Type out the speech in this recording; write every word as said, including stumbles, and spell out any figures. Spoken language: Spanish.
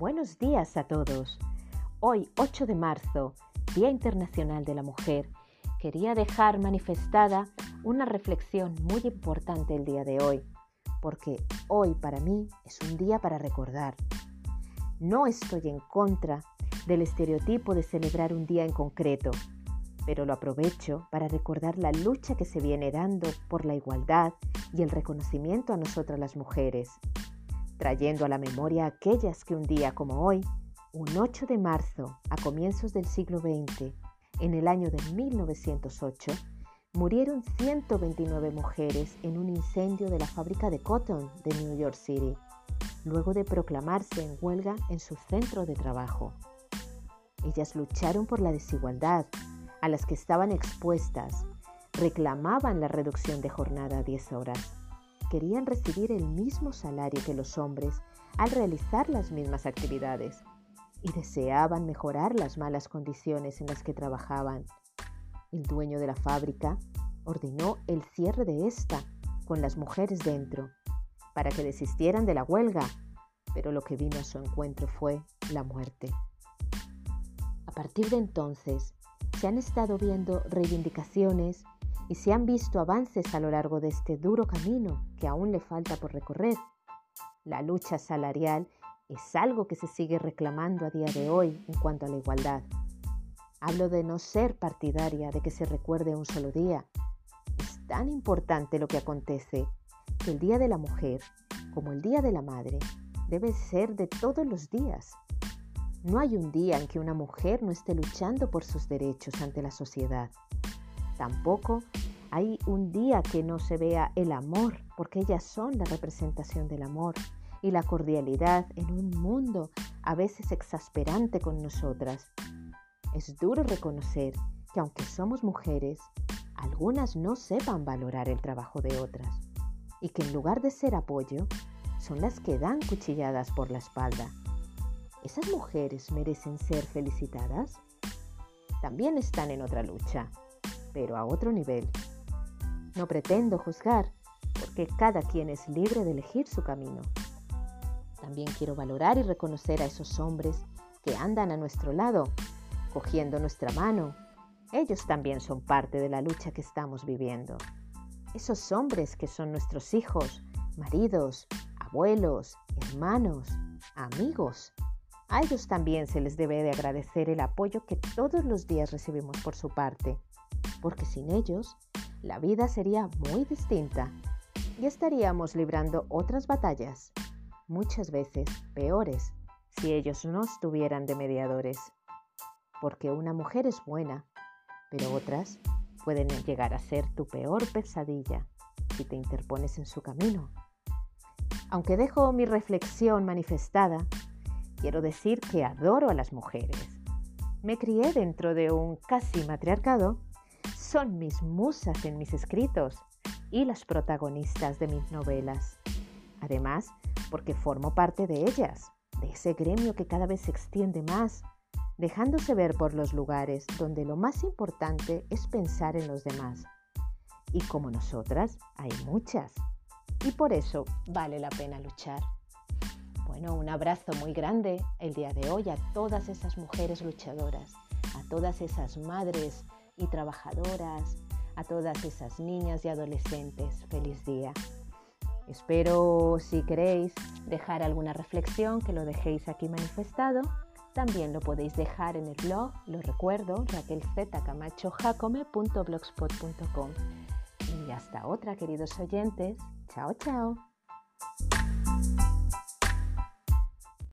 Buenos días a todos. Hoy, ocho de marzo, Día Internacional de la Mujer, quería dejar manifestada una reflexión muy importante el día de hoy, porque hoy para mí es un día para recordar. No estoy en contra del estereotipo de celebrar un día en concreto, pero lo aprovecho para recordar la lucha que se viene dando por la igualdad y el reconocimiento a nosotras las mujeres, trayendo a la memoria aquellas que un día como hoy, un ocho de marzo, a comienzos del siglo veinte, en el año de mil novecientos ocho, murieron ciento veintinueve mujeres en un incendio de la fábrica de Cotton de New York City, luego de proclamarse en huelga en su centro de trabajo. Ellas lucharon por la desigualdad a las que estaban expuestas, reclamaban la reducción de jornada a diez horas, querían recibir el mismo salario que los hombres al realizar las mismas actividades y deseaban mejorar las malas condiciones en las que trabajaban. El dueño de la fábrica ordenó el cierre de esta con las mujeres dentro para que desistieran de la huelga, pero lo que vino a su encuentro fue la muerte. A partir de entonces, se han estado viendo reivindicaciones y se han visto avances a lo largo de este duro camino que aún le falta por recorrer. La lucha salarial es algo que se sigue reclamando a día de hoy en cuanto a la igualdad. Hablo de no ser partidaria de que se recuerde un solo día. Es tan importante lo que acontece que el Día de la Mujer, como el Día de la Madre, debe ser de todos los días. No hay un día en que una mujer no esté luchando por sus derechos ante la sociedad. Tampoco hay un día que no se vea el amor, porque ellas son la representación del amor y la cordialidad en un mundo a veces exasperante con nosotras. Es duro reconocer que aunque somos mujeres, algunas no sepan valorar el trabajo de otras y que en lugar de ser apoyo, son las que dan cuchilladas por la espalda. ¿Esas mujeres merecen ser felicitadas? También están en otra lucha, pero a otro nivel. No pretendo juzgar, porque cada quien es libre de elegir su camino. También quiero valorar y reconocer a esos hombres que andan a nuestro lado, cogiendo nuestra mano. Ellos también son parte de la lucha que estamos viviendo. Esos hombres que son nuestros hijos, maridos, abuelos, hermanos, amigos. A ellos también se les debe de agradecer el apoyo que todos los días recibimos por su parte, porque sin ellos la vida sería muy distinta y estaríamos librando otras batallas, muchas veces peores, si ellos no estuvieran de mediadores. Porque una mujer es buena, pero otras pueden llegar a ser tu peor pesadilla si te interpones en su camino. Aunque dejo mi reflexión manifestada, quiero decir que adoro a las mujeres. Me crié dentro de un casi matriarcado. Son mis musas en mis escritos y las protagonistas de mis novelas. Además, porque formo parte de ellas, de ese gremio que cada vez se extiende más, dejándose ver por los lugares donde lo más importante es pensar en los demás. Y como nosotras, hay muchas. Y por eso vale la pena luchar. Bueno, un abrazo muy grande el día de hoy a todas esas mujeres luchadoras, a todas esas madres y trabajadoras, a todas esas niñas y adolescentes. Feliz día. Espero, si queréis dejar alguna reflexión, que lo dejéis aquí manifestado. También lo podéis dejar en el blog, lo recuerdo, raquel z camacho jacome punto blogspot punto com. Y hasta otra, queridos oyentes. Chao, chao.